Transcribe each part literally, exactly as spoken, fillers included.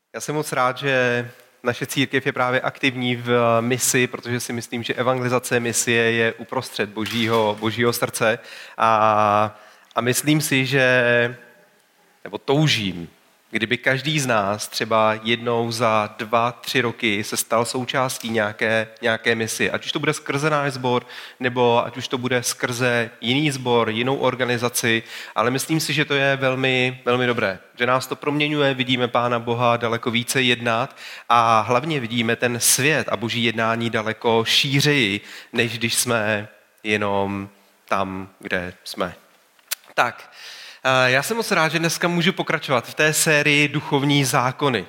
Já jsem moc rád, že naše církev je právě aktivní v misi, protože si myslím, že evangelizace misie je uprostřed božího, božího srdce a, a myslím si, že, nebo toužím, kdyby každý z nás třeba jednou za dva, tři roky se stal součástí nějaké, nějaké misi, ať už to bude skrze náš sbor, nebo ať už to bude skrze jiný sbor, jinou organizaci, ale myslím si, že to je velmi, velmi dobré, že nás to proměňuje, vidíme Pána Boha daleko více jednat a hlavně vidíme ten svět a boží jednání daleko šířeji, než když jsme jenom tam, kde jsme. Tak, já jsem moc rád, že dneska můžu pokračovat v té sérii Duchovní zákony.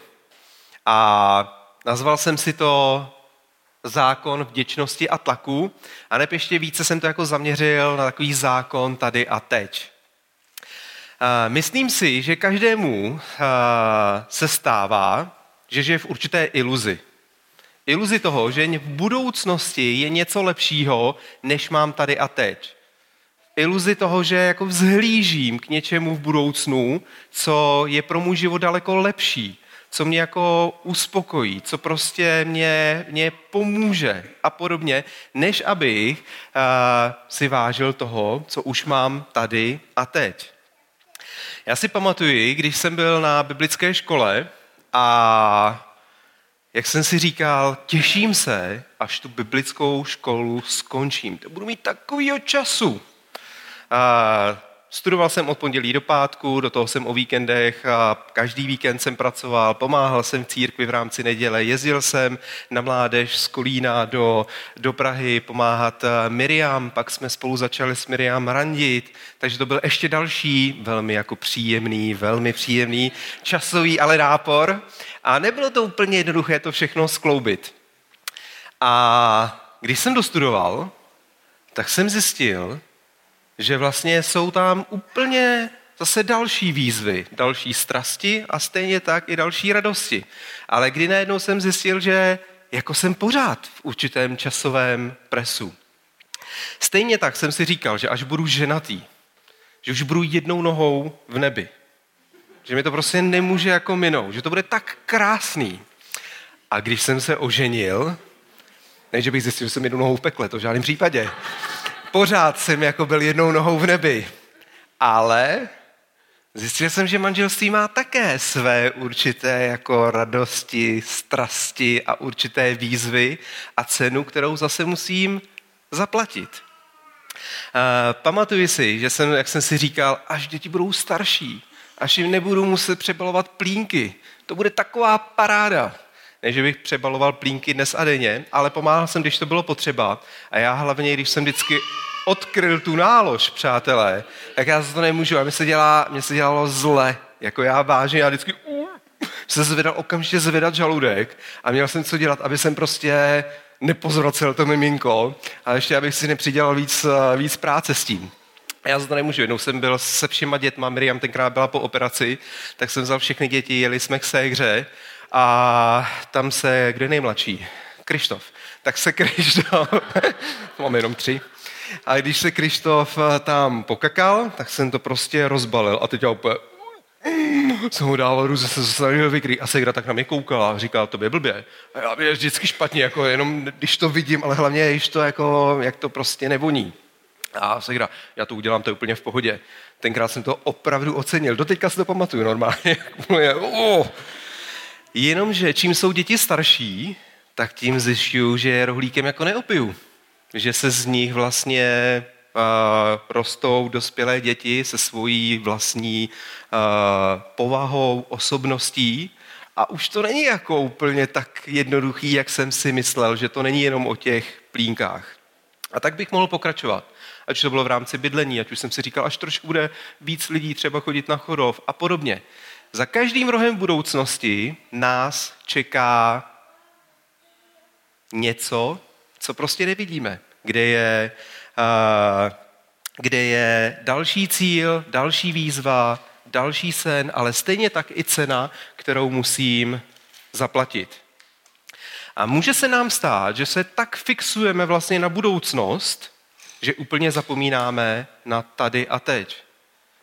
A nazval jsem si to Zákon vděčnosti a tlaku. A neb ještě více jsem to jako zaměřil na takový zákon tady a teď. Myslím si, že každému se stává, že žije v určité iluzi. Iluzi toho, že v budoucnosti je něco lepšího, než mám tady a teď. Iluzi toho, že jako vzhlížím k něčemu v budoucnu, co je pro můj život daleko lepší, co mě jako uspokojí, co prostě mě, mě pomůže a podobně, než abych uh, si vážil toho, co už mám tady a teď. Já si pamatuju, když jsem byl na biblické škole a jak jsem si říkal, těším se, až tu biblickou školu skončím. To budu mít takovýho času. A studoval jsem od pondělí do pátku, do toho jsem o víkendech a každý víkend jsem pracoval, pomáhal jsem v církvi v rámci neděle, jezdil jsem na mládež z Kolína do, do Prahy pomáhat Miriam, pak jsme spolu začali s Miriam randit, takže to byl ještě další velmi jako příjemný, velmi příjemný časový ale nápor a nebylo to úplně jednoduché to všechno skloubit. A když jsem dostudoval, tak jsem zjistil, že vlastně jsou tam úplně zase další výzvy, další strasti a stejně tak i další radosti. Ale kdy najednou jsem zjistil, že jako jsem pořád v určitém časovém presu. Stejně tak jsem si říkal, že až budu ženatý, že už budu jednou nohou v nebi. Že mi to prostě nemůže jako minout, že to bude tak krásný. A když jsem se oženil, ne, že bych zjistil, že jsem jednou nohou v pekle, to v žádném případě. Pořád jsem jako byl jednou nohou v nebi. Ale zjistil jsem, že manželství má také své určité jako radosti, strasti a určité výzvy a cenu, kterou zase musím zaplatit. Uh, pamatuji si, že jsem, jak jsem si říkal, až děti budou starší, až jim nebudu muset přebalovat plínky, to bude taková paráda. Ne, že bych přebaloval plínky dnes a denně, ale pomáhal jsem, když to bylo potřeba. A já hlavně, když jsem vždycky odkryl tu nálož, přátelé, tak já za to nemůžu. A mně se, dělá, mně se dělalo zle. Jako já vážně, já vždycky uh, se zvedal okamžitě zvedat žaludek a měl jsem co dělat, aby jsem prostě nepozvracel to miminko a ještě abych si nepřidělal víc, víc práce s tím. A já za to nemůžu. Jednou jsem byl se všema dětma, Miriam tenkrát byla po operaci, tak jsem vzal všechny děti, jeli jsme k ségře. A tam se, kdo je nejmladší? Krištof. Tak se Krištof, máme jenom tři, a když se Krištof tam pokakal, tak jsem to prostě rozbalil a teď já úplně jsem ho dával různě, jsem se snažil vykrýt a Segra tak na mě koukala a říkala, to je blbě. A já mě vždycky špatně, jako jenom když to vidím, ale hlavně, když to jako, jak to prostě nevoní. A Segra, já to udělám, to je úplně v pohodě. Tenkrát jsem to opravdu ocenil, doteďka si to pamatuju normálně. oh. Jenomže čím jsou děti starší, tak tím zjišťuju, že je rohlíkem jako neopiju. Že se z nich vlastně uh, rostou dospělé děti se svojí vlastní uh, povahou, osobností a už to není jako úplně tak jednoduchý, jak jsem si myslel, že to není jenom o těch plínkách. A tak bych mohl pokračovat. Ať to bylo v rámci bydlení, ať už jsem si říkal, až trošku bude víc lidí třeba chodit na chorov a podobně. Za každým rohem budoucnosti nás čeká něco, co prostě nevidíme, kde je, uh, kde je další cíl, další výzva, další sen, ale stejně tak i cena, kterou musím zaplatit. A může se nám stát, že se tak fixujeme vlastně na budoucnost, že úplně zapomínáme na tady a teď.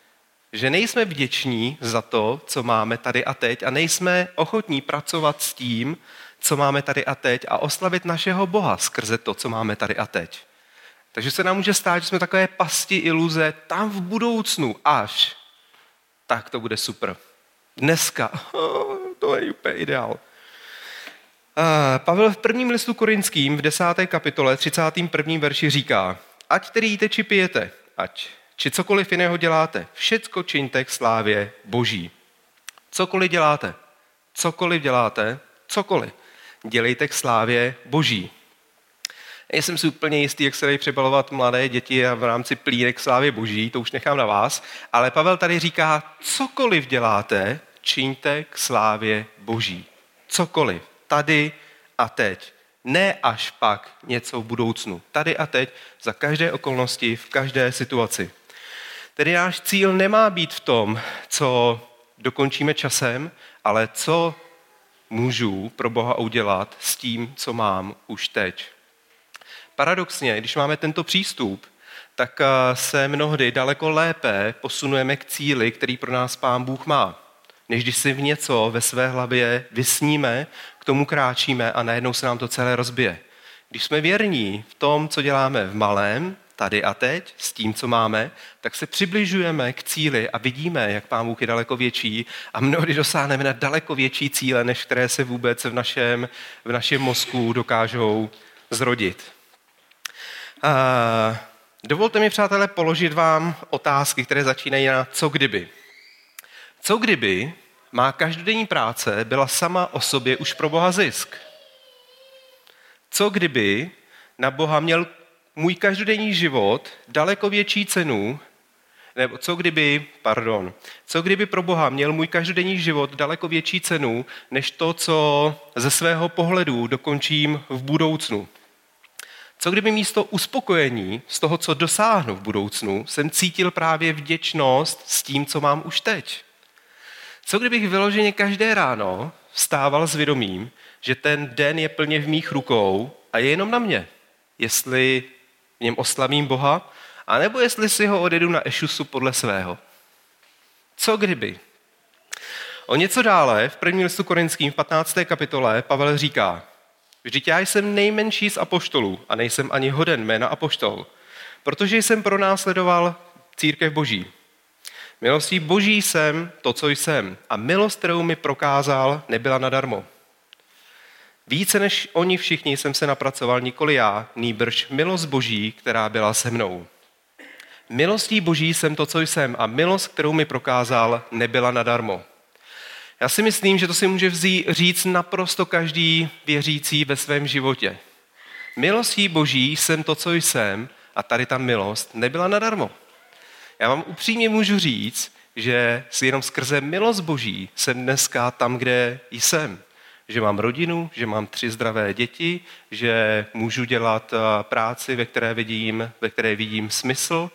že nejsme vděční za to, co máme tady a teď a nejsme ochotní pracovat s tím, co máme tady a teď a oslavit našeho Boha skrze to, co máme tady a teď. Takže se nám může stát, že jsme takové pasti iluze tam v budoucnu až. Tak to bude super. Dneska, to je úplně ideál. Pavel v prvním listu Korinským v desáté kapitole třicátém prvním verši říká: ať tedy jíte či pijete, ať či cokoliv jiného děláte, všecko čiňte k slávě Boží. Cokoliv děláte, cokoliv děláte, cokoliv, dělejte k slávě Boží. Nejsem si úplně jistý, jak se dají přebalovat mladé děti a v rámci plínek slávy Boží, to už nechám na vás, ale Pavel tady říká, cokoliv děláte, čiňte k slávě Boží. Cokoliv, tady a teď. Ne až pak něco v budoucnu. Tady a teď, za každé okolnosti, v každé situaci. Tedy náš cíl nemá být v tom, co dokončíme časem, ale co můžu pro Boha udělat s tím, co mám už teď. Paradoxně, když máme tento přístup, tak se mnohdy daleko lépe posunujeme k cíli, který pro nás Pán Bůh má. Než když si v něco ve své hlavě vysníme, k tomu kráčíme a najednou se nám to celé rozbije. Když jsme věrní v tom, co děláme v malém, tady a teď, s tím, co máme, tak se přibližujeme k cíli a vidíme, jak Pán Bůh je daleko větší a mnohdy dosáhneme na daleko větší cíle, než které se vůbec v našem, v našem mozku dokážou zrodit. Uh, dovolte mi, přátelé, položit vám otázky, které začínají na co kdyby. Co kdyby má každodenní práce byla sama o sobě už pro Boha zisk? Co kdyby na Boha měl můj každodenní život daleko větší cenu, nebo co kdyby, pardon, co kdyby pro Boha měl můj každodenní život daleko větší cenu, než to, co ze svého pohledu dokončím v budoucnu? Co kdyby místo uspokojení z toho, co dosáhnu v budoucnu, jsem cítil právě vděčnost s tím, co mám už teď? Co kdybych vyloženě každé ráno vstával s vědomím, že ten den je plně v mých rukou a je jenom na mě, jestli v něm oslavím Boha, anebo jestli si ho odjedu na ešusu podle svého? Co kdyby? O něco dále v prvním listu Korinským v patnácté kapitole Pavel říká: vždyť já jsem nejmenší z apoštolů a nejsem ani hoden jména apoštol, protože jsem pronásledoval církev Boží. Milostí Boží jsem to, co jsem, a milost, kterou mi prokázal, nebyla nadarmo. Více než oni všichni jsem se napracoval, nikoli já, nýbrž milost Boží, která byla se mnou. Milostí Boží jsem to, co jsem, a milost, kterou mi prokázal, nebyla nadarmo. Já si myslím, že to si může vzít, říct naprosto každý věřící ve svém životě. Milostí Boží jsem to, co jsem, a tady ta milost nebyla nadarmo. Já vám upřímně můžu říct, že si jenom skrze milost Boží jsem dneska tam, kde jsem. Že mám rodinu, že mám tři zdravé děti, že můžu dělat práci, ve které vidím, ve které vidím smysl,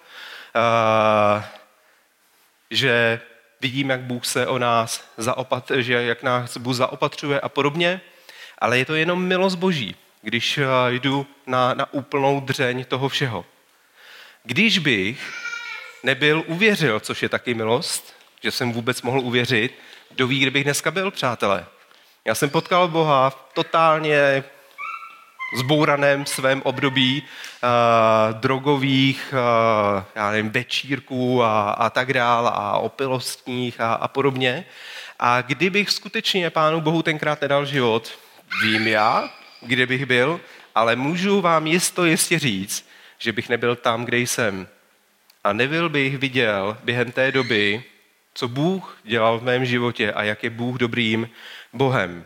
že vidím, jak Bůh se o nás zaopatřuje, že jak nás Bůh zaopatřuje a podobně, ale je to jenom milost Boží, když jdu na, na úplnou dřeň toho všeho. Když bych nebyl uvěřil, což je taky milost, že jsem vůbec mohl uvěřit, kdo ví, kde bych dneska byl, přátelé. Já jsem potkal Boha v totálně zbouraném svém období uh, drogových, uh, já nevím, večírků a, a tak dál a opilostních a, a podobně. A kdybych skutečně Pánu Bohu tenkrát nedal život, vím já, kde bych byl, ale můžu vám jisto jistě říct, že bych nebyl tam, kde jsem. A nebyl bych viděl během té doby, co Bůh dělal v mém životě a jak je Bůh dobrým Bohem.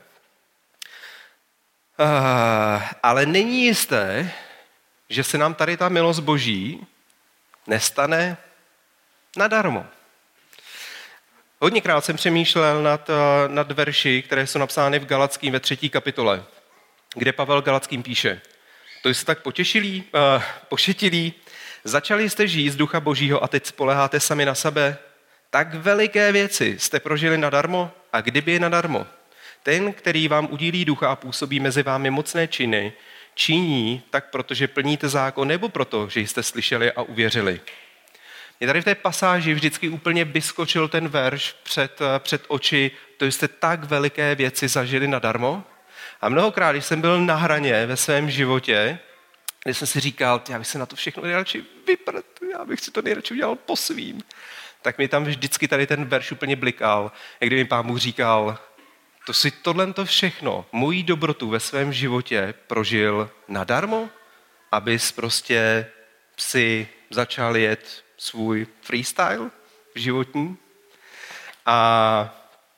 Uh, ale není jisté, že se nám tady ta milost Boží nestane nadarmo. Hodněkrát jsem přemýšlel nad, nad verši, které jsou napsány v Galackým ve třetí kapitole, kde Pavel Galackým píše: to jste tak potěšilí, uh, pošetilí, začali jste žít z ducha Božího a teď spoléháte sami na sebe. Tak veliké věci jste prožili nadarmo, a kdyby je nadarmo. Ten, který vám udílí ducha a působí mezi vámi mocné činy, činí tak, protože plníte zákon, nebo proto, že jste slyšeli a uvěřili. Mě tady v té pasáži vždycky úplně vyskočil ten verš před, před oči, to jste tak veliké věci zažili nadarmo. A mnohokrát, když jsem byl na hraně ve svém životě, kdy jsem si říkal, já bych se na to všechno nejradši vyprt, já bych si to nejradši udělal po svým, tak mi tam vždycky tady ten verš úplně blikal, jak kdyby mi Pán Bůh říkal, to si tohle všechno, mojí dobrotu ve svém životě prožil nadarmo, abys prostě si začal jet svůj freestyle životní. A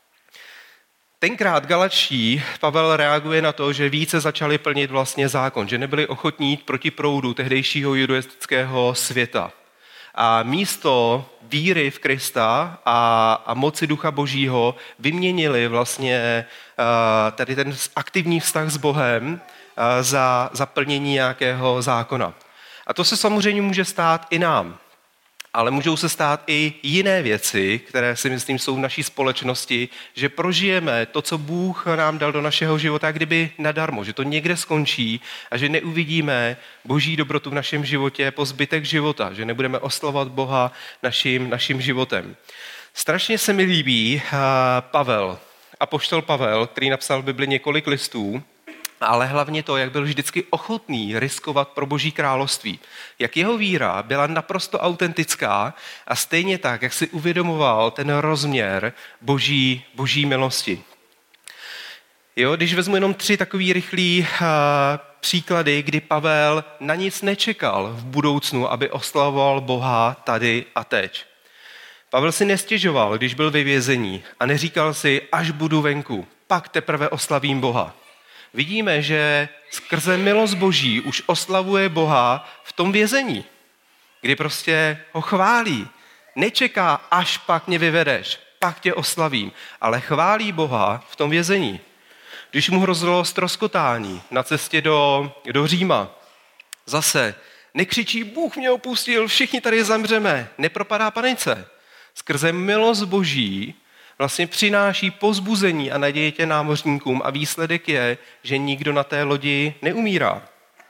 tenkrát Galačtí Pavel reaguje na to, že více začali plnit vlastně zákon, že nebyli ochotní jít proti proudu tehdejšího judaistického světa. A místo víry v Krista a, a moci Ducha Božího vyměnili vlastně uh, tady ten aktivní vztah s Bohem uh, za, za plnění nějakého zákona. A to se samozřejmě může stát i nám. Ale můžou se stát i jiné věci, které si myslím jsou v naší společnosti, že prožijeme to, co Bůh nám dal do našeho života, kdyby nadarmo, že to někde skončí a že neuvidíme Boží dobrotu v našem životě po zbytek života, že nebudeme oslavovat Boha naším, naším životem. Strašně se mi líbí Pavel, apoštol Pavel, který napsal v Bibli několik listů, ale hlavně to, jak byl vždycky ochotný riskovat pro Boží království. Jak jeho víra byla naprosto autentická a stejně tak, jak si uvědomoval ten rozměr Boží, boží milosti. Jo, když vezmu jenom tři takový rychlý uh, příklady, kdy Pavel na nic nečekal v budoucnu, aby oslavoval Boha tady a teď. Pavel si nestěžoval, když byl ve vězení a neříkal si, až budu venku, pak teprve oslavím Boha. Vidíme, že skrze milost Boží už oslavuje Boha v tom vězení, kdy prostě ho chválí. Nečeká, až pak mě vyvedeš, pak tě oslavím, ale chválí Boha v tom vězení. Když mu hrozilo ztroskotání na cestě do, do Říma, zase nekřičí, Bůh mě opustil, všichni tady zemřeme, nepropadá panice. Skrze milost Boží vlastně přináší povzbuzení a naději těm námořníkům a výsledek je, že nikdo na té lodi neumírá.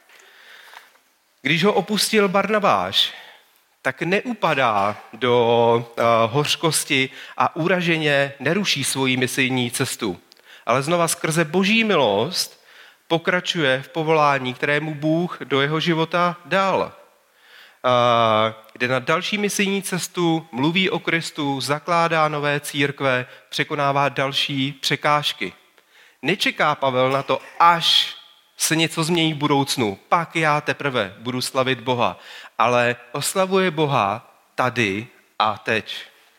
Když ho opustil Barnabáš, tak neupadá do uh, hořkosti a uraženě neruší svoji misijní cestu. Ale znova skrze Boží milost pokračuje v povolání, kterému Bůh do jeho života dal. Kde na další misijní cestu mluví o Kristu, zakládá nové církve, překonává další překážky. Nečeká Pavel na to, až se něco změní v budoucnu, pak já teprve budu slavit Boha, ale oslavuje Boha tady a teď.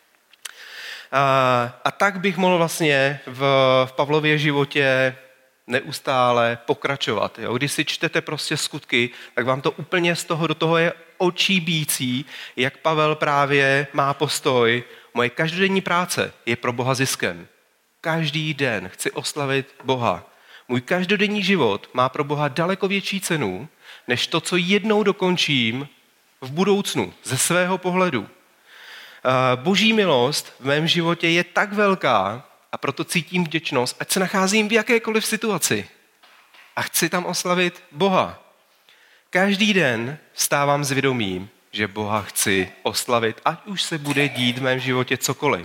A, a tak bych mohl vlastně v, v Pavlově životě neustále pokračovat. Jo? Když si čtete prostě skutky, tak vám to úplně z toho do toho je očí bící, jak Pavel právě má postoj. Moje každodenní práce je pro Boha ziskem. Každý den chci oslavit Boha. Můj každodenní život má pro Boha daleko větší cenu, než to, co jednou dokončím v budoucnu, ze svého pohledu. Boží milost v mém životě je tak velká a proto cítím vděčnost, ať se nacházím v jakékoliv situaci a chci tam oslavit Boha. Každý den vstávám s vědomím, že Boha chci oslavit, ať už se bude dít v mém životě cokoliv.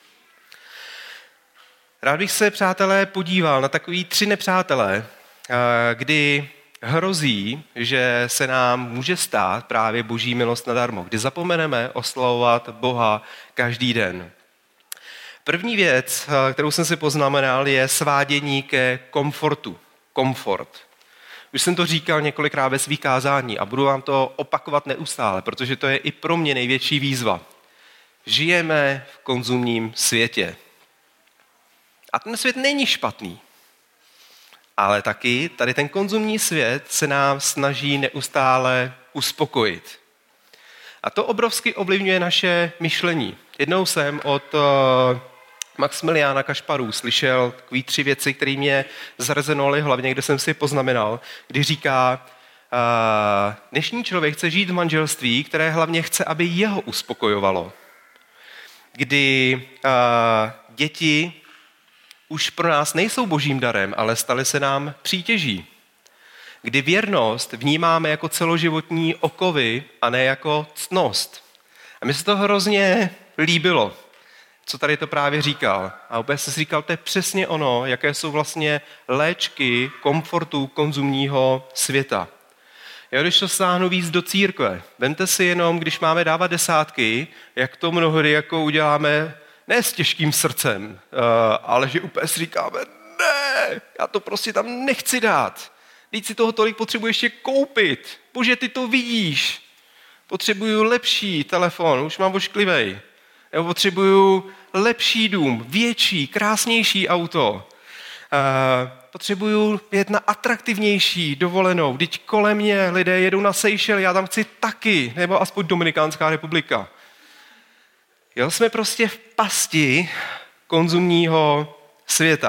Rád bych se, přátelé, podíval na takový tři nepřátelé, kdy hrozí, že se nám může stát právě Boží milost nadarmo, kdy zapomeneme oslavovat Boha každý den. První věc, kterou jsem si poznamenal, je svádění ke komfortu. Komfort. Už jsem to říkal několikrát ve svých kázání a budu vám to opakovat neustále, protože to je i pro mě největší výzva. Žijeme v konzumním světě. A ten svět není špatný. Ale taky tady ten konzumní svět se nám snaží neustále uspokojit. A to obrovsky ovlivňuje naše myšlení. Jednou jsem od uh, Maximiliána Kašparů slyšel takový tři věci, které mě zarezonovaly hlavně, kde jsem si poznamenal, kdy říká, uh, dnešní člověk chce žít v manželství, které hlavně chce, aby jeho uspokojovalo. Kdy uh, děti už pro nás nejsou božím darem, ale staly se nám přítěží. Kdy věrnost vnímáme jako celoživotní okovy a ne jako ctnost. A mi se to hrozně líbilo, co tady to právě říkal. A úplně jsem si říkal, to je přesně ono, jaké jsou vlastně léčky komfortu konzumního světa. Já když to stáhnu víc do církve, vemte si jenom, když máme dávat desátky, jak to mnohdy jako uděláme ne s těžkým srdcem, ale že úplně si říkáme, ne, já to prostě tam nechci dát. Vždyť si toho tolik potřebuji ještě koupit. Bože, ty to vidíš. Potřebuju lepší telefon, už mám ošklivej. Nebo potřebuju lepší dům, větší, krásnější auto. Uh, potřebuju jet na atraktivnější dovolenou. Vždyť kolem mě lidé jedou na Seychely, já tam chci taky, nebo aspoň Dominikánská republika. Jo, jsme prostě v pasti konzumního světa.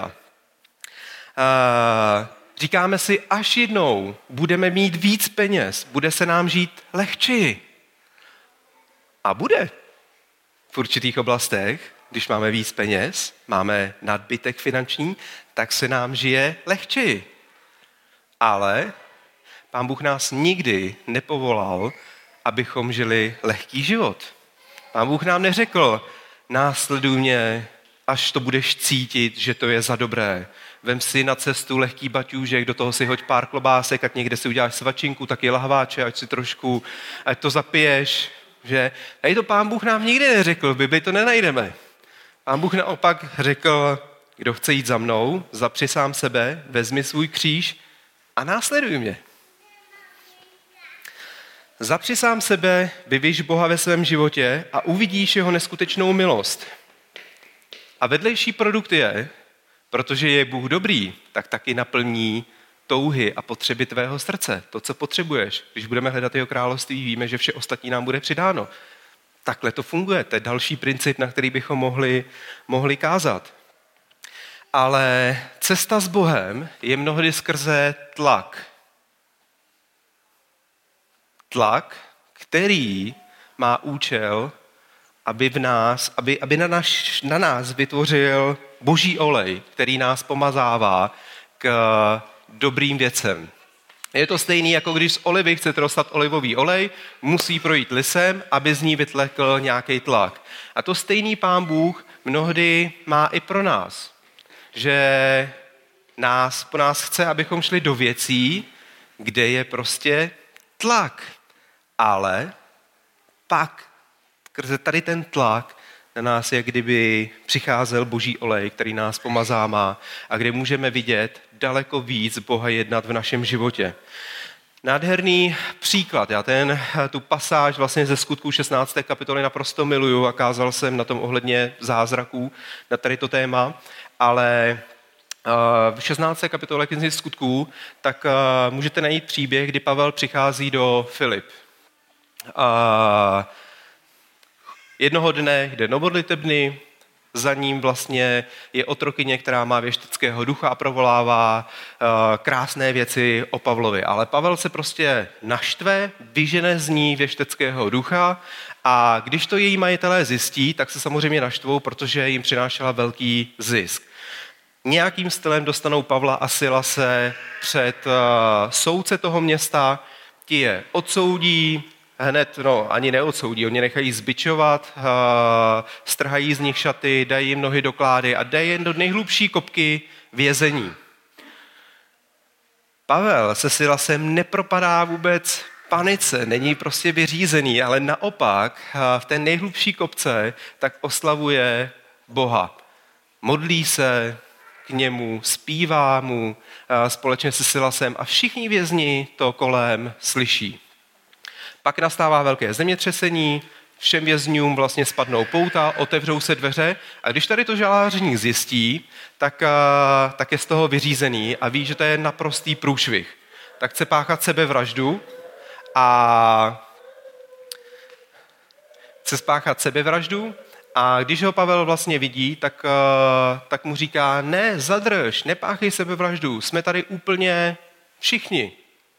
Uh, říkáme si, až jednou budeme mít víc peněz, bude se nám žít lehčeji. A bude. V určitých oblastech, když máme víc peněz, máme nadbytek finanční, tak se nám žije lehčeji. Ale Pán Bůh nás nikdy nepovolal, abychom žili lehký život. Pán Bůh nám neřekl, následuj mě, až to budeš cítit, že to je za dobré. Vem si na cestu lehký baťůžek, do toho si hoď pár klobásek, ať někde si uděláš svačinku, taky lahváče, ať si trošku, ať to zapiješ. Že? Tady to Pán Bůh nám nikdy neřekl, v Bibli to nenajdeme. Pán Bůh naopak řekl, kdo chce jít za mnou, zapři sám sebe, vezmi svůj kříž a následuj mě. Zapři sám sebe, vyvyš Boha ve svém životě a uvidíš jeho neskutečnou milost. A vedlejší produkt je, protože je Bůh dobrý, tak taky naplní touhy a potřeby tvého srdce. To, co potřebuješ. Když budeme hledat jeho království, víme, že vše ostatní nám bude přidáno. Takhle to funguje. To je další princip, na který bychom mohli, mohli kázat. Ale cesta s Bohem je mnohdy skrze tlak. Tlak, který má účel, aby, v nás, aby, aby na, naš, na nás vytvořil boží olej, který nás pomazává k dobrým věcem. Je to stejný, jako když z olivy chcete dostat olivový olej, musí projít lisem, aby z ní vytlekl nějaký tlak. A to stejný Pán Bůh mnohdy má i pro nás. Že nás, po nás chce, abychom šli do věcí, kde je prostě tlak. Ale pak, skrze tady ten tlak, na nás jak kdyby přicházel boží olej, který nás pomazává a kde můžeme vidět daleko víc Boha jednat v našem životě. Nádherný příklad. Já ten, tu pasáž vlastně ze Skutků šestnácté kapitoly naprosto miluju a kázal jsem na tom ohledně zázraků, na tady to téma, ale v šestnácté kapitole knihy Skutků tak můžete najít příběh, kdy Pavel přichází do Filip. A jednoho dne jde do modlitebny, za ním vlastně je otrokyně, která má věšteckého ducha a provolává uh, krásné věci o Pavlovi. Ale Pavel se prostě naštve, vyžene z ní věšteckého ducha a když to její majitelé zjistí, tak se samozřejmě naštvou, protože jim přinášela velký zisk. Nějakým stylem dostanou Pavla a Silase před uh, soudce toho města, ti je odsoudí, hned, no, ani neodsoudí, oni nechají zbičovat, uh, strhají z nich šaty, dají jim nohy do klády a dají jen do nejhlubší kopky vězení. Pavel se Silasem nepropadá vůbec panice, není prostě vyřízený, ale naopak uh, v té nejhlubší kopce tak oslavuje Boha. Modlí se k němu, zpívá mu uh, společně se Silasem a všichni vězni to kolem slyší. Pak nastává velké zemětřesení, všem vězňům vlastně spadnou pouta, otevřou se dveře a když tady to žalářník zjistí, tak, tak je z toho vyřízený a ví, že to je naprostý průšvih. Tak chce páchat sebevraždu a chce spáchat sebevraždu a když ho Pavel vlastně vidí, tak, tak mu říká, ne, zadrž, nepáchej sebevraždu, jsme tady úplně všichni.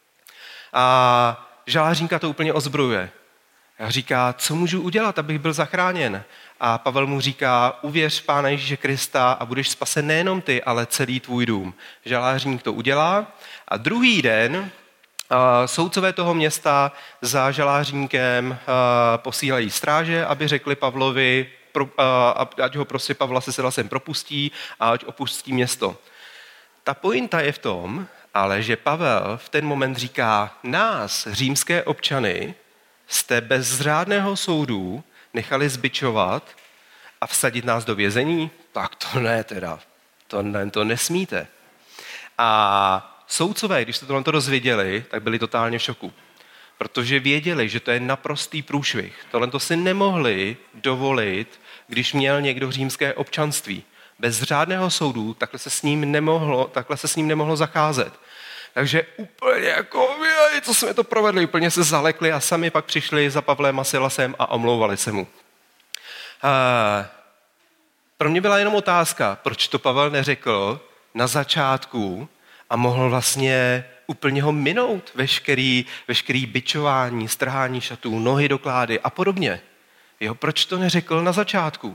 A žalářníka to úplně ozbrojuje. A říká, co můžu udělat, abych byl zachráněn? A Pavel mu říká, uvěř Pána Ježíše Krista a budeš spasen nejenom ty, ale celý tvůj dům. Žalářník to udělá a druhý den Soudcové toho města za žalářníkem posílají stráže, aby řekli Pavlovi, ať ho prostě Pavla se sedlasem propustí a ať opustí město. Ta pointa je v tom, ale že Pavel v ten moment říká, nás, římské občany, jste bez řádného soudu nechali zbičovat a vsadit nás do vězení? Tak to ne teda, to, ne, to nesmíte. A soudcové, když se tohle dozvěděli, tak byli totálně v šoku. Protože věděli, že to je naprostý průšvih. Tohle to si nemohli dovolit, když měl někdo římské občanství. Bez řádného soudu takhle se s ním nemohlo, takhle se s ním nemohlo zacházet. Takže úplně jako, jej, co jsme to provedli, úplně se zalekli a sami pak přišli za Pavlem a Silasem a omlouvali se mu. A pro mě byla jenom otázka, proč to Pavel neřekl na začátku a mohl vlastně úplně ho minout veškerý, veškerý bičování, strhání šatů, nohy do klády a podobně. Jo, proč to neřekl na začátku?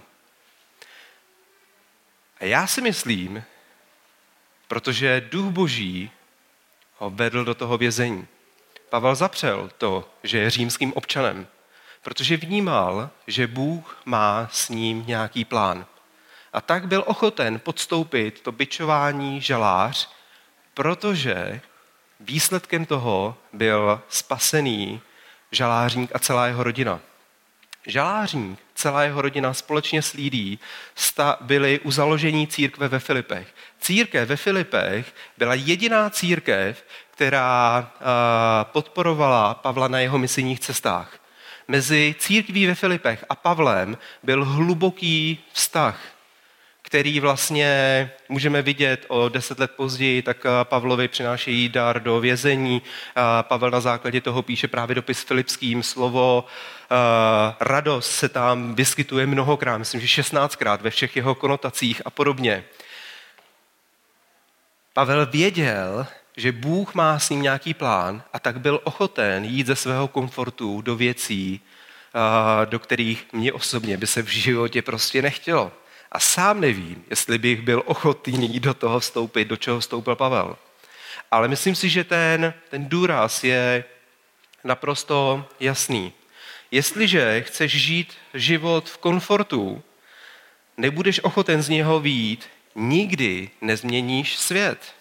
A já si myslím, protože Duch Boží ho vedl do toho vězení. Pavel zapřel to, že je římským občanem, protože vnímal, že Bůh má s ním nějaký plán. A tak byl ochoten podstoupit to bičování žalář, protože výsledkem toho byl spasený žalářník a celá jeho rodina. Žalářník, celá jeho rodina společně s Lídií byli u založení církve ve Filipech. Církev ve Filipech byla jediná církev, která podporovala Pavla na jeho misijních cestách. Mezi církví ve Filipech a Pavlem byl hluboký vztah, který vlastně můžeme vidět o deset let později, tak Pavlovi přinášejí dar do vězení. Pavel na základě toho píše právě dopis Filipským, slovo radost se tam vyskytuje mnohokrát, myslím, že šestnáctkrát ve všech jeho konotacích a podobně. Pavel věděl, že Bůh má s ním nějaký plán a tak byl ochoten jít ze svého komfortu do věcí, do kterých mě osobně by se v životě prostě nechtělo. A sám nevím, jestli bych byl ochotný do toho vstoupit, do čeho vstoupil Pavel. Ale myslím si, že ten, ten důraz je naprosto jasný. Jestliže chceš žít život v komfortu, nebudeš ochoten z něho vyjít, nikdy nezměníš svět.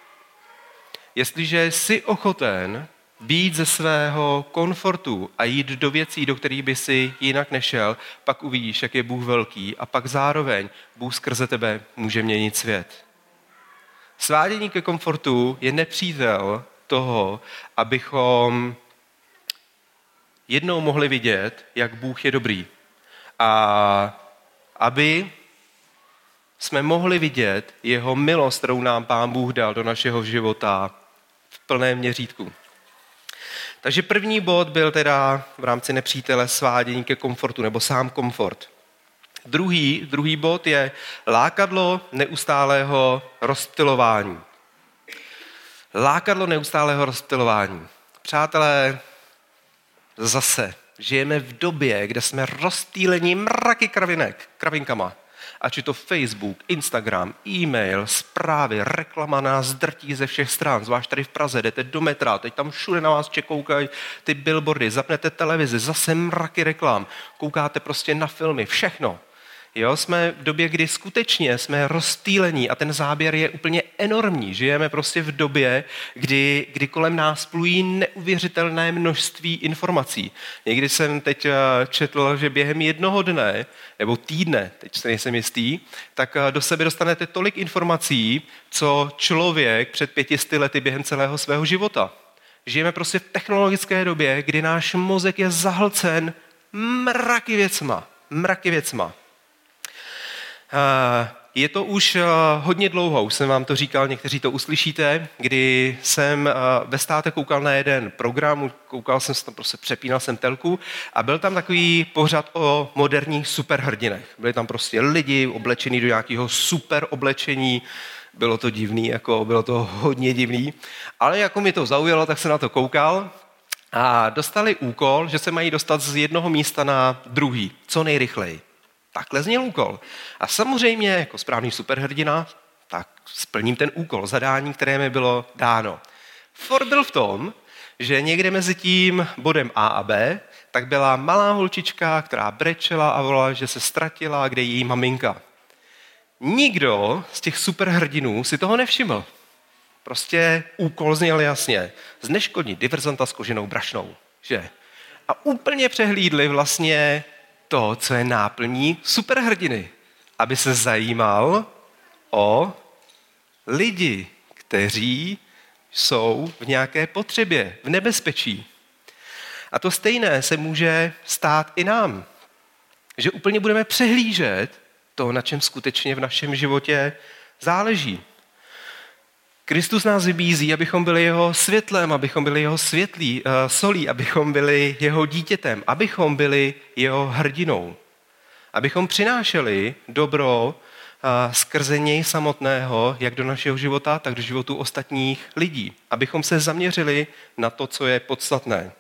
Jestliže jsi ochoten být ze svého komfortu a jít do věcí, do kterých by si jinak nešel, pak uvidíš, jak je Bůh velký a pak zároveň Bůh skrze tebe může měnit svět. Svádění ke komfortu je nepřítel toho, abychom jednou mohli vidět, jak Bůh je dobrý. A aby jsme mohli vidět jeho milost, kterou nám Pán Bůh dal do našeho života v plném měřítku. Takže první bod byl teda v rámci nepřítele svádění ke komfortu, nebo sám komfort. Druhý, druhý bod je lákadlo neustálého rozptylování. Lákadlo neustálého rozptylování. Přátelé, zase žijeme v době, kde jsme rozptýleni mraky kravinek, kravinkama. Ať je to Facebook, Instagram, e-mail, zprávy, reklama nás drtí ze všech stran, zvlášť tady v Praze, jdete do metra, teď tam všude na vás čekoukají ty billboardy, zapnete televizi, zase mraky reklam, koukáte prostě na filmy, všechno. Jo, jsme v době, kdy skutečně jsme rozptýlení a ten záběr je úplně enormní. Žijeme prostě v době, kdy, kdy kolem nás plují neuvěřitelné množství informací. Někdy jsem teď četl, že během jednoho dne nebo týdne, teď se nejsem jistý, tak do sebe dostanete tolik informací, co člověk před pětisty lety během celého svého života. Žijeme prostě v technologické době, kdy náš mozek je zahlcen mraky věcma, mraky věcma. Je to už hodně dlouho, už jsem vám to říkal, někteří to uslyšíte, kdy jsem ve státě koukal na jeden program, koukal jsem se tam, prostě přepínal jsem telku a byl tam takový pořad o moderních superhrdinech. Byli tam prostě lidi oblečení do nějakého super oblečení, bylo to divný, jako bylo to hodně divný, ale jako mi to zaujalo, tak jsem na to koukal a dostali úkol, že se mají dostat z jednoho místa na druhý, co nejrychleji. Takhle zněl úkol. A samozřejmě jako správný superhrdina, tak splním ten úkol, zadání, které mi bylo dáno. For byl v tom, že někde mezi tím bodem A a B tak byla malá holčička, která brečela a volala, že se ztratila, kde je její maminka. Nikdo z těch superhrdinů si toho nevšiml. Prostě úkol zněl jasně. Zneškodnit diverzanta s koženou brašnou. Že? A úplně přehlídli vlastně to, co je náplní superhrdiny. Aby se zajímal o lidi, kteří jsou v nějaké potřebě, v nebezpečí. A to stejné se může stát i nám. Že úplně budeme přehlížet to, na čem skutečně v našem životě záleží. Kristus nás vybízí, abychom byli jeho světlem, abychom byli jeho světlí, uh, solí, abychom byli jeho dítětem, abychom byli jeho hrdinou. Abychom přinášeli dobro uh, skrze něj samotného, jak do našeho života, tak do životu ostatních lidí. Abychom se zaměřili na to, co je podstatné. Uh,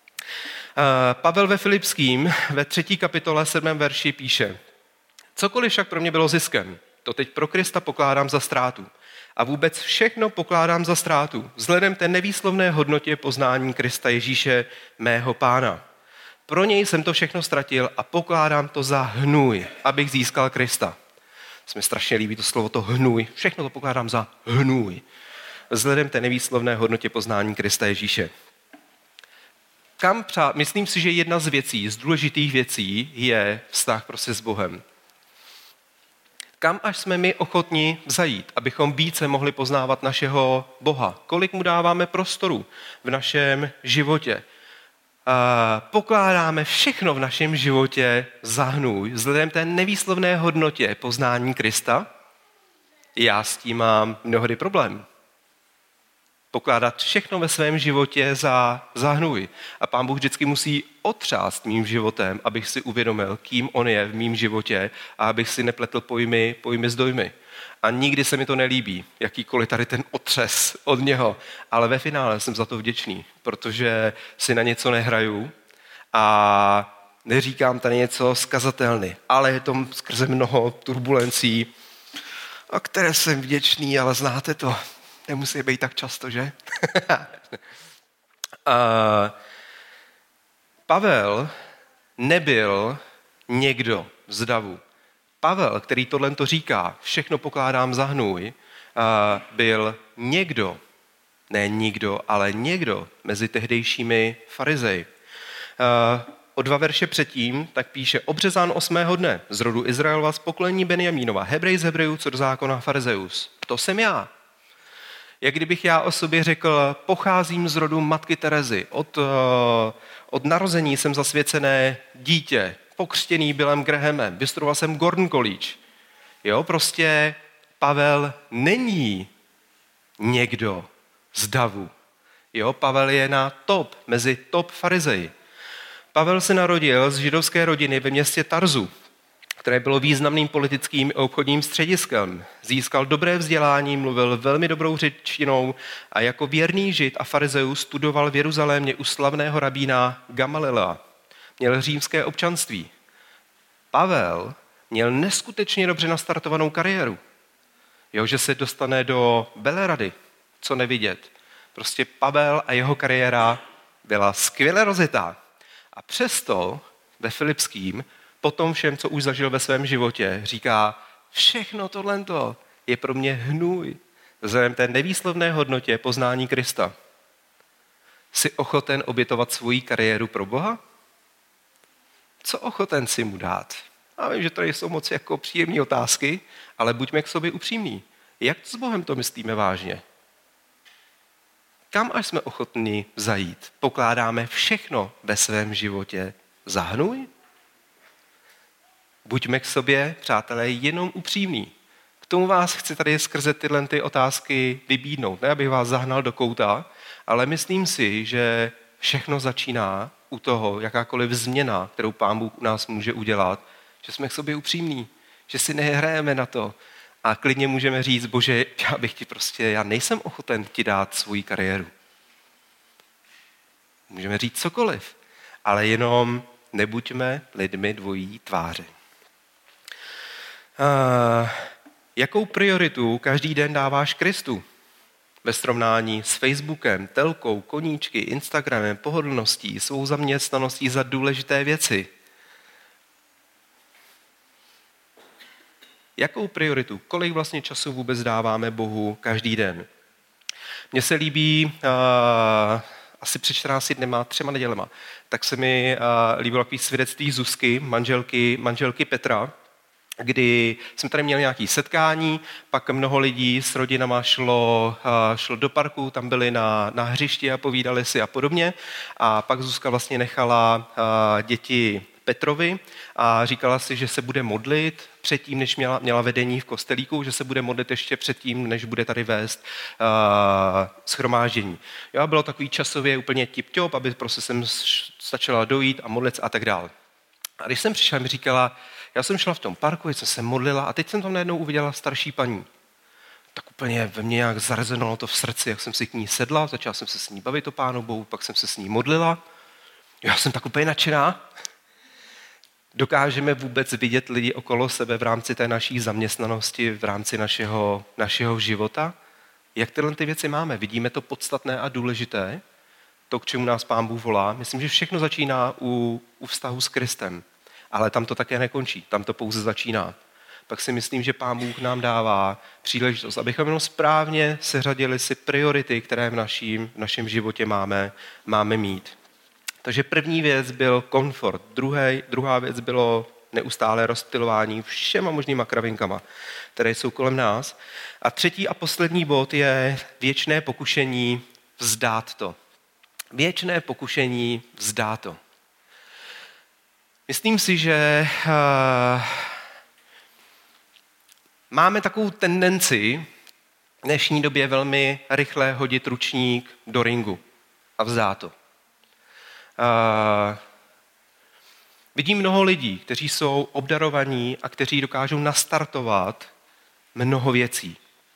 Pavel ve Filipským ve třetí kapitole sedmém verši píše: Cokoliv však pro mě bylo ziskem, to teď pro Krista pokládám za ztrátu. A vůbec všechno pokládám za ztrátu, vzhledem té nevýslovné hodnotě poznání Krista Ježíše, mého Pána. Pro něj jsem to všechno ztratil a pokládám to za hnůj, abych získal Krista. Se mi strašně líbí to slovo, to hnůj. Všechno to pokládám za hnůj. Vzhledem té nevýslovné hodnotě poznání Krista Ježíše. Kam přá... Myslím si, že jedna z věcí, z důležitých věcí je vztah prostě s Bohem. Kam až jsme my ochotni zajít, abychom více mohli poznávat našeho Boha? Kolik mu dáváme prostoru v našem životě? Pokládáme všechno v našem životě za hnůj, vzhledem té nevýslovné hodnotě poznání Krista? Já s tím mám mnohdy problém. Pokládat všechno ve svém životě za, za hnůj. A Pán Bůh vždycky musí otřást mým životem, abych si uvědomil, kým on je v mým životě a abych si nepletl pojmy, pojmy s dojmy. A nikdy se mi to nelíbí, jakýkoliv tady ten otřes od něho. Ale ve finále jsem za to vděčný, protože si na něco nehraju a neříkám tady něco zkazatelný, ale je to skrze mnoho turbulencí, a které jsem vděčný, ale znáte to. Nemusí být tak často, že? Pavel nebyl někdo z davu. Pavel, který tohle to říká, všechno pokládám za hnůj, byl někdo, ne nikdo, ale někdo mezi tehdejšími farizeji. O dva verše předtím tak píše: obřezán osmého dne z rodu Izraelova z pokolení Benjamínova, Hebrej z Hebrejů, co do zákona farizeus. To jsem já. Jak kdybych já o sobě řekl, pocházím z rodu matky Terezy, od, od narození jsem zasvěcené dítě, pokřtěný Billem Grahamem, vystudoval jsem Gordon College. Jo, prostě Pavel není někdo z davu. Jo, Pavel je na top, mezi top farizeji. Pavel se narodil z židovské rodiny ve městě Tarzu, které bylo významným politickým a obchodním střediskem. Získal dobré vzdělání, mluvil velmi dobrou řečtinou a jako věrný žid a farizeus studoval v Jeruzalémě u slavného rabína Gamaliela. Měl římské občanství. Pavel měl neskutečně dobře nastartovanou kariéru. Jo, že se dostane do Belerady, co nevidět. Prostě Pavel a jeho kariéra byla skvěle rozjetá. A přesto ve Filipským po tom všem, co už zažil ve svém životě, říká, všechno tohle je pro mě hnůj. Vzhledem té nevýslovné hodnotě poznání Krista. Jsi ochoten obětovat svoji kariéru pro Boha? Co ochoten si mu dát? Já vím, že tady jsou moc jako příjemné otázky, ale buďme k sobě upřímní. Jak s Bohem to myslíme vážně? Kam až jsme ochotní zajít? Pokládáme všechno ve svém životě za hnůj? Buďme k sobě, přátelé, jenom upřímní. K tomu vás chci tady skrze tyhle ty otázky vybídnout. Ne, abych vás zahnal do kouta, ale myslím si, že všechno začíná u toho, jakákoliv změna, kterou Pán Bůh u nás může udělat, že jsme k sobě upřímní, že si nehrajeme na to a klidně můžeme říct, Bože, já bych ti prostě, já nejsem ochoten ti dát svoji kariéru. Můžeme říct cokoliv, ale jenom nebuďme lidmi dvojí tváře. Uh, jakou prioritu každý den dáváš Kristu? Ve srovnání s Facebookem, telkou, koníčky, Instagramem, pohodlností, svou zaměstnaností za důležité věci. Jakou prioritu, kolik vlastně času vůbec dáváme Bohu každý den? Mně se líbí, uh, asi před čtrnácti dnema, třema nedělema, tak se mi uh, líbilo takový svědectví Zuzky, manželky, manželky Petra, kdy jsme tady měli nějaké setkání, pak mnoho lidí s rodinama šlo, uh, šlo do parku, tam byli na, na hřišti a povídali si a podobně. A pak Zuzka vlastně nechala uh, děti Petrovi a říkala si, že se bude modlit předtím, než měla, měla vedení v kostelíku, že se bude modlit ještě předtím, než bude tady vést uh, shromáždění. Jo, bylo takový časově úplně tip-top, aby prostě jsem stačila dojít a modlit a tak dál. A když jsem přišla, mi říkala, já jsem šla v tom parku, jsem se modlila a teď jsem tam najednou uviděla starší paní. Tak úplně ve mně nějak zarezonovalo to v srdci, jak jsem si k ní sedla, začala jsem se s ní bavit o Pánu Bohu, pak jsem se s ní modlila. Já jsem tak úplně nadšená. Dokážeme vůbec vidět lidi okolo sebe v rámci té naší zaměstnanosti, v rámci našeho, našeho života? Jak tyhle ty věci máme? Vidíme to podstatné a důležité? To, k čemu nás Pán Bůh volá? Myslím, že všechno začíná u, u vztahu s Kristem. Ale tam to také nekončí, tam to pouze začíná. Pak si myslím, že Pán Bůh nám dává příležitost, abychom jenom správně seřadili si priority, které v, naším, v našem životě máme, máme mít. Takže první věc byl komfort, druhé, druhá věc bylo neustálé rozptylování všema možnýma kravinkama, které jsou kolem nás. A třetí a poslední bod je věčné pokušení vzdát to. Věčné pokušení vzdát to. Myslím si, že uh, máme takovou tendenci v dnešní době velmi rychle hodit ručník do ringu a vzdát to. Uh, vidím mnoho lidí, kteří jsou obdarovaní a kteří dokážou nastartovat mnoho věcí.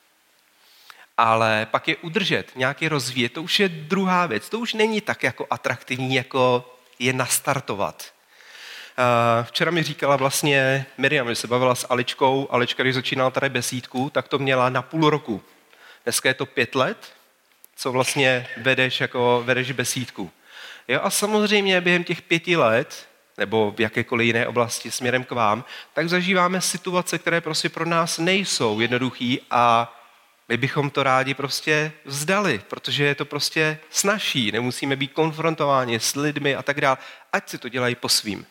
Ale pak je udržet, nějaký rozvíjet, to už je druhá věc. To už není tak jako atraktivní, jako je nastartovat. Uh, včera mi říkala vlastně Miriam, že se bavila s Aličkou. Alička, když začínala tady besídku, tak to měla na půl roku. Dneska je to pět let, co vlastně vedeš, jako vedeš besídku. Jo, a samozřejmě během těch pěti let, nebo v jakékoliv jiné oblasti směrem k vám, tak zažíváme situace, které prostě pro nás nejsou jednoduchý a my bychom to rádi prostě vzdali, protože je to prostě snazší, nemusíme být konfrontováni s lidmi a tak dále, ať si to dělají po svým.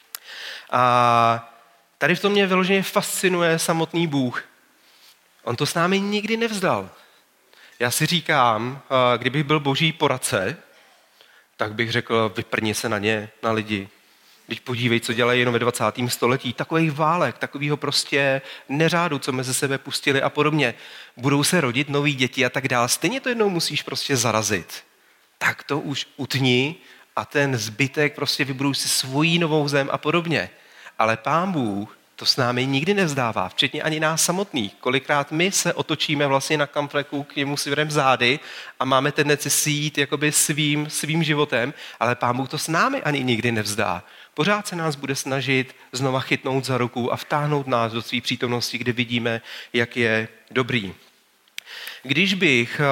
A tady v tom mě vyloženě fascinuje samotný Bůh. On to s námi nikdy nevzdal. Já si říkám, kdybych byl boží poradce, tak bych řekl, vyprni se na ně, na lidi. Když podívej, co dělají jenom ve dvacátém století, takových válek, takového prostě neřádu, co mezi sebe pustili a podobně. Budou se rodit noví děti a tak dále. Stejně to jednou musíš prostě zarazit. Tak to už utni a ten zbytek prostě vybuduj si svoji novou zem a podobně. Ale Pán Bůh to s námi nikdy nevzdává, včetně ani nás samotných. Kolikrát my se otočíme vlastně na kamfleku, k němu si vedeme zády a máme tendenci si jít jakoby svým, svým životem, ale Pán Bůh to s námi ani nikdy nevzdá. Pořád se nás bude snažit znova chytnout za ruku a vtáhnout nás do své přítomnosti, kdy vidíme, jak je dobrý. Když bych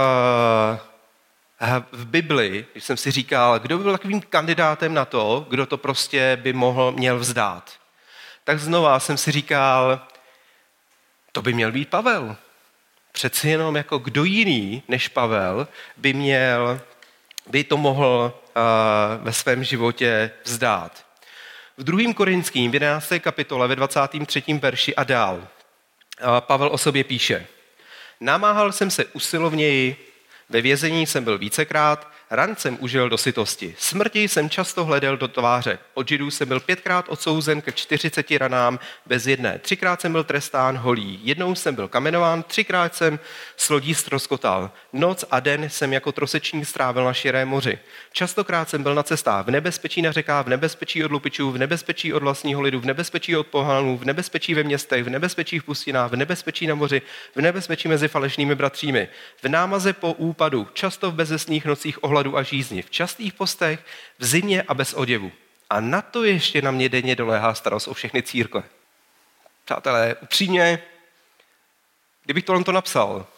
uh, v Bibli, když jsem si říkal, kdo by byl takovým kandidátem na to, kdo to prostě by mohl, měl vzdát, tak znova jsem si říkal, to by měl být Pavel. Přeci jenom jako kdo jiný než Pavel by měl, by to mohl uh, ve svém životě vzdát. V druhém Korinským, v jedenácté kapitole, ve dvacátém třetím verši a dál, uh, Pavel o sobě píše, namáhal jsem se usilovněji, ve vězení jsem byl vícekrát, ran jsem užil do sytosti. Smrti jsem často hledal do tváře. Od Židů jsem byl pětkrát odsouzen ke čtyřiceti ranám bez jedné. Třikrát jsem byl trestán holí. Jednou jsem byl kamenován, třikrát jsem s lodí ztroskotal. Noc a den jsem jako trosečník strávil na širé moři. Častokrát jsem byl na cestách v nebezpečí na řekách, v nebezpečí od lupičů, v nebezpečí od vlastního lidu, v nebezpečí od pohanů, v nebezpečí ve městech, v nebezpečí v pustinách, v nebezpečí na moři, v nebezpečí mezi falešnými bratřími, v námaze po úpadu, často v bezesných nocích ohladu a žízni, v častých postech, v zimě a bez oděvu. A na to ještě na mě denně doléhá starost o všechny církve. Přátelé, upřímně, kdybych tohle to napsal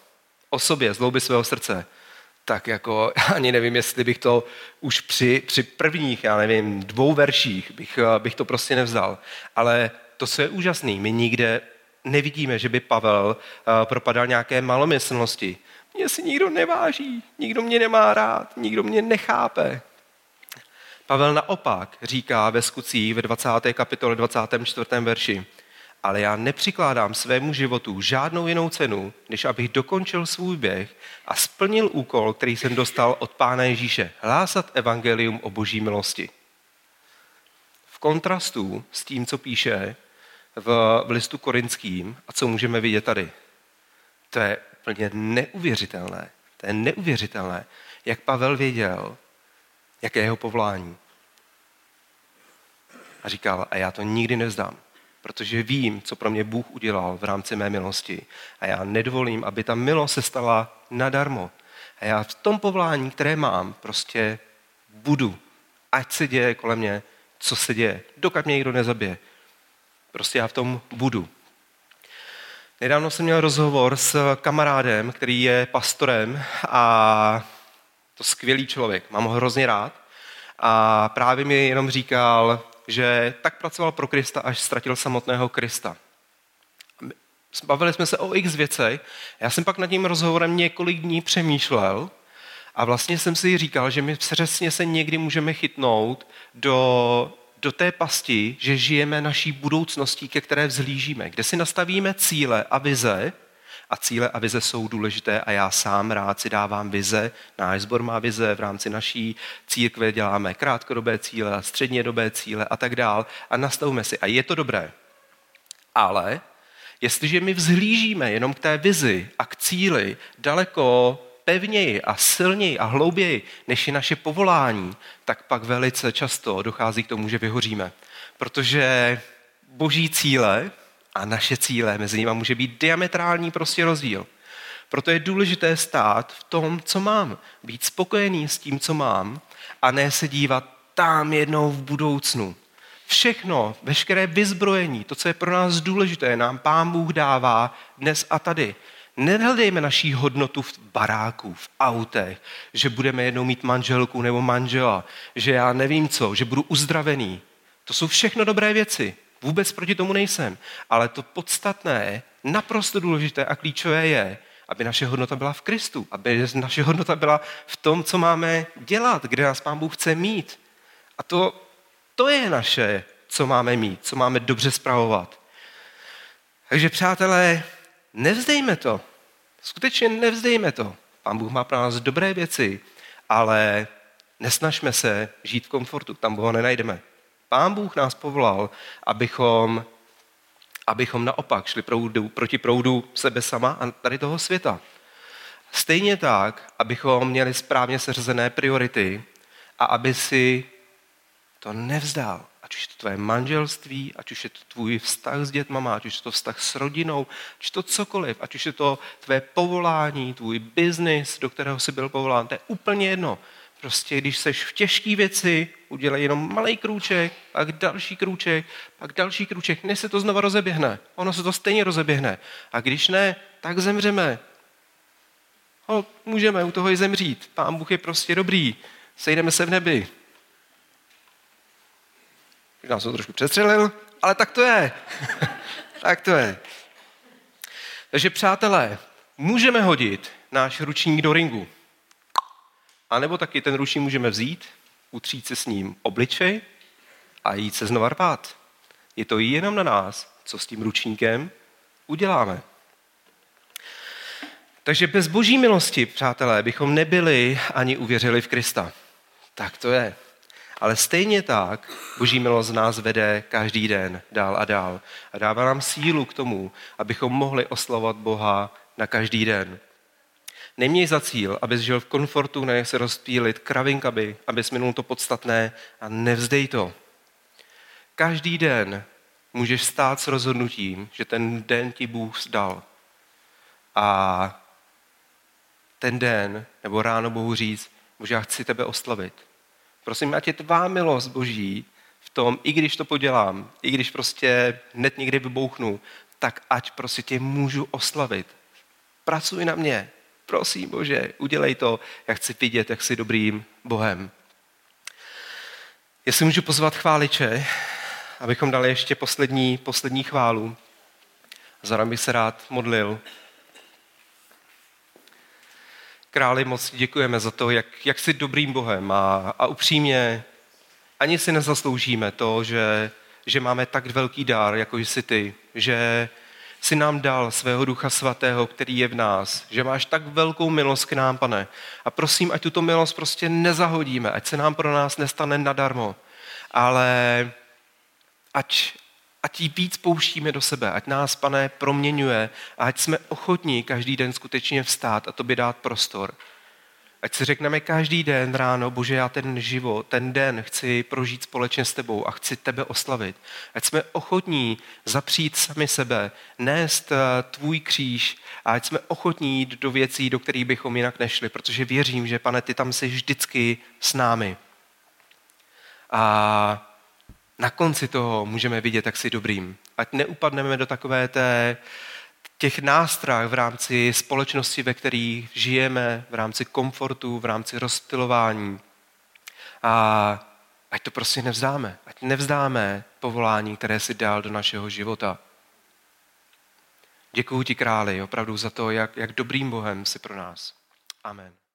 o sobě, zlouby svého srdce, tak jako ani nevím, jestli bych to už při, při prvních, já nevím, dvou verších bych, bych to prostě nevzal. Ale to, co je úžasný, my nikde nevidíme, že by Pavel uh, propadal nějaké malomyslnosti. Mě si nikdo neváží, nikdo mě nemá rád, nikdo mě nechápe. Pavel naopak říká ve Skutcích ve dvacáté kapitole dvacátém čtvrtém verši: ale já nepřikládám svému životu žádnou jinou cenu, než abych dokončil svůj běh a splnil úkol, který jsem dostal od Pána Ježíše, hlásat evangelium o boží milosti. V kontrastu s tím, co píše v, v listu Korinským a co můžeme vidět tady. To je úplně neuvěřitelné. To je neuvěřitelné, jak Pavel věděl, jaké je jeho povolání. A říkal, a já to nikdy nevzdám, protože vím, co pro mě Bůh udělal v rámci mé milosti. A já nedovolím, aby ta milost se stala nadarmo. A já v tom povolání, které mám, prostě budu. Ať se děje kolem mě, co se děje. Dokud mě nikdo nezabije. Prostě já v tom budu. Nedávno jsem měl rozhovor s kamarádem, který je pastorem a to skvělý člověk. Mám ho hrozně rád. A právě mi jenom říkal, že tak pracoval pro Krista, až ztratil samotného Krista. Bavili jsme se o x věcech. Já jsem pak nad tím rozhovorem několik dní přemýšlel a vlastně jsem si říkal, že my přesně se někdy můžeme chytnout do, do té pasti, že žijeme naší budoucností, ke které vzhlížíme, kde si nastavíme cíle a vize. A cíle a vize jsou důležité a já sám rád si dávám vize. Náš sbor má vize, v rámci naší církve děláme krátkodobé cíle, střednědobé cíle a tak dál a nastavíme si. A je to dobré. Ale jestliže my vzhlížíme jenom k té vizi a k cíli daleko pevněji a silněji a hlouběji, než je naše povolání, tak pak velice často dochází k tomu, že vyhoříme. Protože boží cíle a naše cíle, mezi nimi může být diametrální prostě rozdíl. Proto je důležité stát v tom, co mám. Být spokojený s tím, co mám a ne se dívat tam jednou v budoucnu. Všechno, veškeré vyzbrojení, to, co je pro nás důležité, nám Pán Bůh dává dnes a tady. Nehledejme naší hodnotu v baráku, v autech, že budeme jednou mít manželku nebo manžela, že já nevím co, že budu uzdravený. To jsou všechno dobré věci. Vůbec proti tomu nejsem. Ale to podstatné, naprosto důležité a klíčové je, aby naše hodnota byla v Kristu. Aby naše hodnota byla v tom, co máme dělat, kde nás Pán Bůh chce mít. A to, to je naše, co máme mít, co máme dobře spravovat. Takže přátelé, nevzdejme to. Skutečně nevzdejme to. Pán Bůh má pro nás dobré věci, ale nesnažme se žít v komfortu, tam ho nenajdeme. Pán Bůh nás povolal, abychom, abychom naopak šli proudu, proti proudu sebe sama a tady toho světa. Stejně tak, abychom měli správně seřazené priority a aby si to nevzdal. Ať už je to tvoje manželství, ať už je to tvůj vztah s dětmama, ať už je to vztah s rodinou, ať je to cokoliv, ať už je to tvé povolání, tvůj biznis, do kterého jsi byl povolán, to je úplně jedno. Prostě když seš v těžké věci, udělej jenom malej krůček, pak další krůček, pak další krůček, než se to znova rozeběhne. Ono se to stejně rozeběhne. A když ne, tak zemřeme. No, můžeme u toho i zemřít. Pán Bůh je prostě dobrý. Sejdeme se v nebi. Já jsem to trošku přestřelil, ale tak to je. Tak to je. Takže přátelé, můžeme hodit náš ručník do ringu. A nebo taky ten ručník můžeme vzít, utřít se s ním obličej a jít se znova rvát. Je to jenom na nás, co s tím ručníkem uděláme. Takže bez boží milosti, přátelé, bychom nebyli ani uvěřili v Krista. Tak to je. Ale stejně tak boží milost nás vede každý den dál a dál. A dává nám sílu k tomu, abychom mohli oslavovat Boha na každý den. Neměj za cíl, abys žil v komfortu, nenech se rozptýlit kravinkaby, abys minul to podstatné a nevzdej to. Každý den můžeš stát s rozhodnutím, že ten den ti Bůh dal. A ten den, nebo ráno Bohu říct, Bože, já chci tebe oslavit. Prosím, ať je tvá milost Boží v tom, i když to podělám, i když prostě hned někdy vybouchnu, tak ať prostě tě můžu oslavit. Pracuj na mě. prosím Bože, udělej to, já chci vidět, jak jsi dobrým Bohem. Jestli můžu pozvat chváliče, abychom dali ještě poslední, poslední chválu. Zároveň bych se rád modlil. Králi, moc děkujeme za to, jak, jak jsi dobrým Bohem a, a upřímně ani si nezasloužíme to, že, že máme tak velký dár, jako jsi ty, že jsi nám dal svého Ducha Svatého, který je v nás, že máš tak velkou milost k nám, Pane. A prosím, ať tuto milost prostě nezahodíme, ať se nám pro nás nestane nadarmo, ale ať, ať ji víc pouštíme do sebe, ať nás, Pane, proměňuje a ať jsme ochotní každý den skutečně vstát a tobě dát prostor. Ať si řekneme každý den ráno, Bože, já ten život, ten den chci prožít společně s tebou a chci tebe oslavit. Ať jsme ochotní zapřít sami sebe, nést tvůj kříž a ať jsme ochotní jít do věcí, do kterých bychom jinak nešli, protože věřím, že, Pane, ty tam jsi vždycky s námi. A na konci toho můžeme vidět, jak jsi dobrým. Ať neupadneme do takové té těch nástrah v rámci společnosti, ve které žijeme, v rámci komfortu, v rámci rozptylování. A ať to prostě nevzdáme. Ať nevzdáme povolání, které si dal do našeho života. Děkuji ti, králi, opravdu za to, jak, jak dobrým Bohem jsi pro nás. Amen.